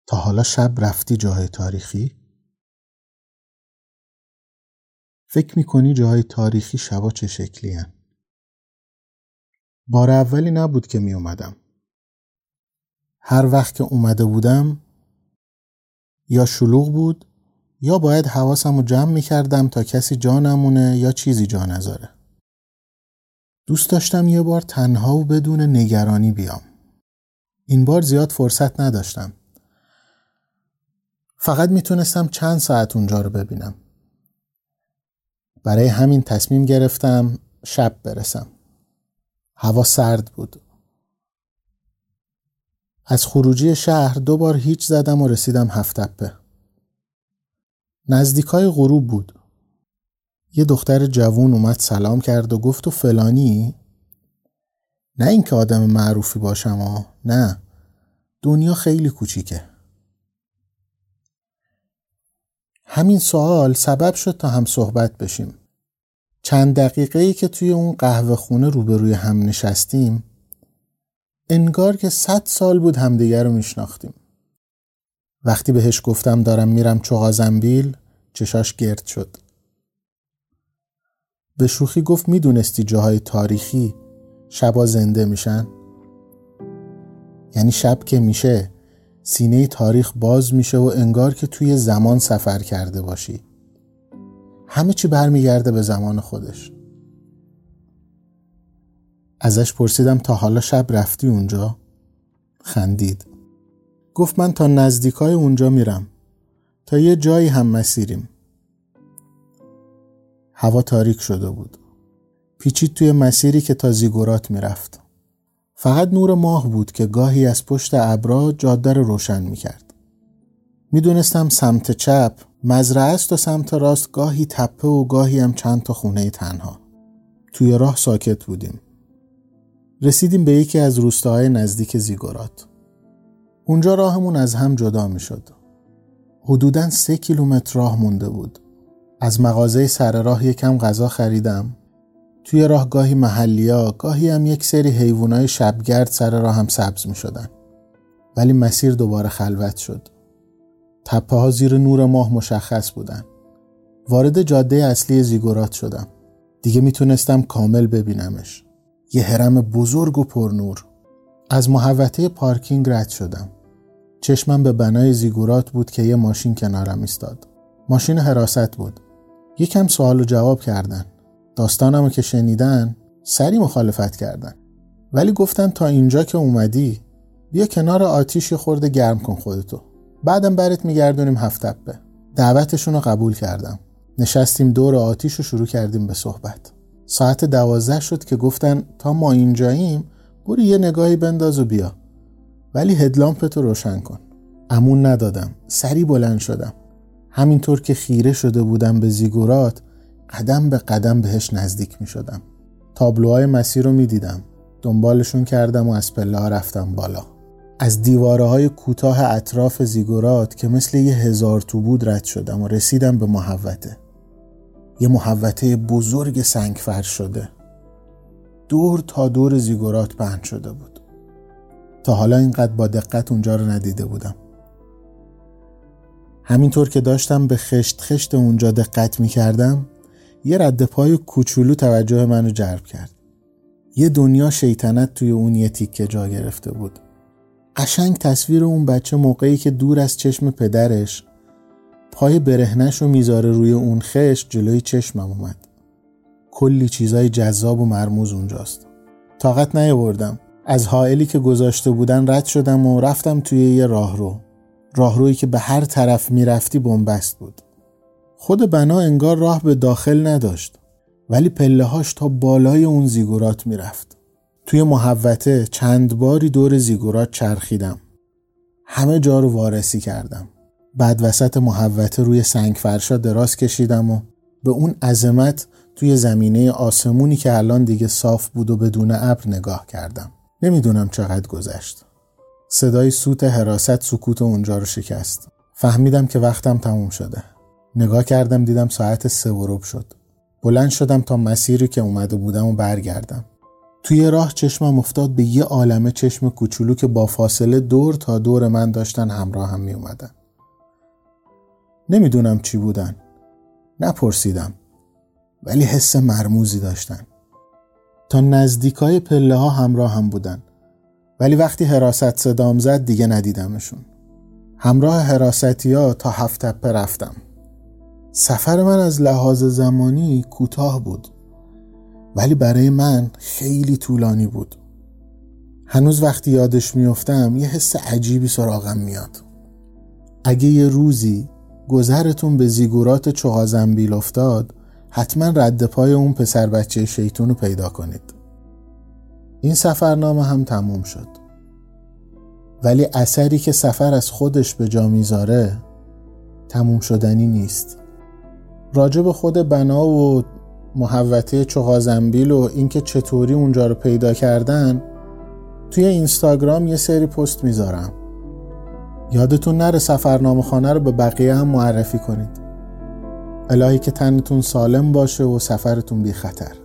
تا حالا شب رفتی جاهای تاریخی؟ فکر میکنی جاهای تاریخی شبا چه شکلی هن؟ بار اولی نبود که می اومدم. هر وقت که اومده بودم یا شلوغ بود یا باید حواسمو جمع میکردم تا کسی جا نمونه یا چیزی جا نذاره. دوست داشتم یه بار تنها و بدون نگرانی بیام. این بار زیاد فرصت نداشتم. فقط میتونستم چند ساعت اونجا رو ببینم. برای همین تصمیم گرفتم شب برسم. هوا سرد بود. از خروجی شهر 2 بار هیچ زدم و رسیدم 7 تپه. نزدیکای غروب بود. یه دختر جوون اومد سلام کرد و گفت تو فلانی؟ نه اینکه آدم معروفی باشم نه. دنیا خیلی کوچیکه. همین سوال سبب شد تا هم صحبت بشیم. چند دقیقه‌ای که توی اون قهوه خونه روبروی هم نشستیم انگار که 100 سال بود همدیگر رو میشناختیم. وقتی بهش گفتم دارم میرم چغازنبیل چشاش گرد شد. به شوخی گفت میدونستی جاهای تاریخی شبا زنده میشن؟ یعنی شب که میشه سینه تاریخ باز میشه و انگار که توی زمان سفر کرده باشی. همه چی برمیگرده به زمان خودش. ازش پرسیدم تا حالا شب رفتی اونجا؟ خندید. گفت من تا نزدیکای اونجا میرم. تا یه جایی هم مسیریم. هوا تاریک شده بود. پیچید توی مسیری که تا زیگورات میرفت. فقط نور ماه بود که گاهی از پشت ابرها جاده رو روشن میکرد. میدونستم سمت چپ مزرعه است و سمت راست گاهی تپه و گاهی هم چند تا خونه تنها. توی راه ساکت بودیم. رسیدیم به یکی از روستاهای نزدیک زیگورات. اونجا راهمون از هم جدا میشد. حدوداً 3 کیلومتر راه مونده بود. از مغازه سر راه یکم غذا خریدم. توی راه گاهی محلیا، گاهی هم یک سری حیوانای شبگرد سر راه هم سبز می شدن. ولی مسیر دوباره خلوت شد. تپه ها زیر نور ماه مشخص بودن. وارد جاده اصلی زیگورات شدم. دیگه میتونستم کامل ببینمش. یه هرم بزرگ و پرنور. از محوطه پارکینگ رد شدم. چشمم به بنای زیگورات بود که یه ماشین کنارم ایستاد. ماشین حراست بود. یکم سوال و جواب کردن. داستانمو که شنیدن سری مخالفت کردن. ولی گفتن تا اینجا که اومدی بیا کنار آتیش خورده گرم کن خودتو. بعدم برات میگردونیم 7 تپه. دعوتشون رو قبول کردم. نشستیم دور آتیش و شروع کردیم به صحبت. ساعت 12 شد که گفتن تا ما اینجاییم برو یه نگاهی بنداز و بیا. ولی هدلامپتو روشن کن. امون ندادم. سری بلند شدم. همینطور که خیره شده بودم به زیگورات قدم به قدم بهش نزدیک می شدم. تابلوهای مسیر رو می دیدم. دنبالشون کردم و از پله ها رفتم بالا. از دیواره های کوتاه اطراف زیگورات که مثل یه 1000 تو بود رد شدم و رسیدم به محوطه. یه محوطه بزرگ سنگ فرش شده. دور تا دور زیگورات بند شده بود. تا حالا اینقدر با دقت اونجا رو ندیده بودم. همینطور که داشتم به خشت خشت اونجا دقت می کردم یه رد پای کوچولو توجه منو جلب کرد. یه دنیا شیطنت توی اون یه تیکه جا گرفته بود. قشنگ تصویر اون بچه موقعی که دور از چشم پدرش پای برهنش رو میذاره روی اون خشت جلوی چشمم اومد. کلی چیزای جذاب و مرموز اونجاست. طاقت نیاوردم. از حائلی که گذاشته بودن رد شدم و رفتم توی یه راهرویی که به هر طرف میرفتی بنبست بود. خود بنا انگار راه به داخل نداشت ولی پله‌هاش تا بالای اون زیگورات میرفت. توی محوطه چند باری دور زیگورات چرخیدم. همه جا رو وارسی کردم. بعد وسط محوطه روی سنگ فرشا دراز کشیدم و به اون عظمت توی زمینه آسمونی که الان دیگه صاف بود و بدون ابر نگاه کردم. نمیدونم چقدر گذشت. صدای سوت حراست سکوت اونجا رو شکست. فهمیدم که وقتم تموم شده. نگاه کردم دیدم ساعت 3:15 شد. بلند شدم تا مسیری که اومده بودم و برگردم. توی راه چشمم افتاد به یه عالمه چشم کوچولو که با فاصله دور تا دور من داشتن همراه هم می اومدن. نمیدونم چی بودن. نپرسیدم. ولی حس مرموزی داشتن. تا نزدیکای پله ها همراه هم بودن. ولی وقتی حراست صدام زد دیگه ندیدمشون. همراه حراستی ها تا 7 تپه رفتم. سفر من از لحاظ زمانی کوتاه بود. ولی برای من خیلی طولانی بود. هنوز وقتی یادش میافتم یه حس عجیبی سراغم میاد. اگه یه روزی گذرتون به زیگورات چغازنبیل افتاد، حتما رد پای اون پسر بچه شیطون رو پیدا کنید. این سفرنامه هم تموم شد. ولی اثری که سفر از خودش به جا میذاره تموم شدنی نیست. راجع به خود بنا و محوطه چغازنبیل و اینکه چطوری اونجا رو پیدا کردن توی اینستاگرام یه سری پست میذارم. یادتون نره سفرنامه خانه رو به بقیه هم معرفی کنید. الهی که تنتون سالم باشه و سفرتون بی خطر.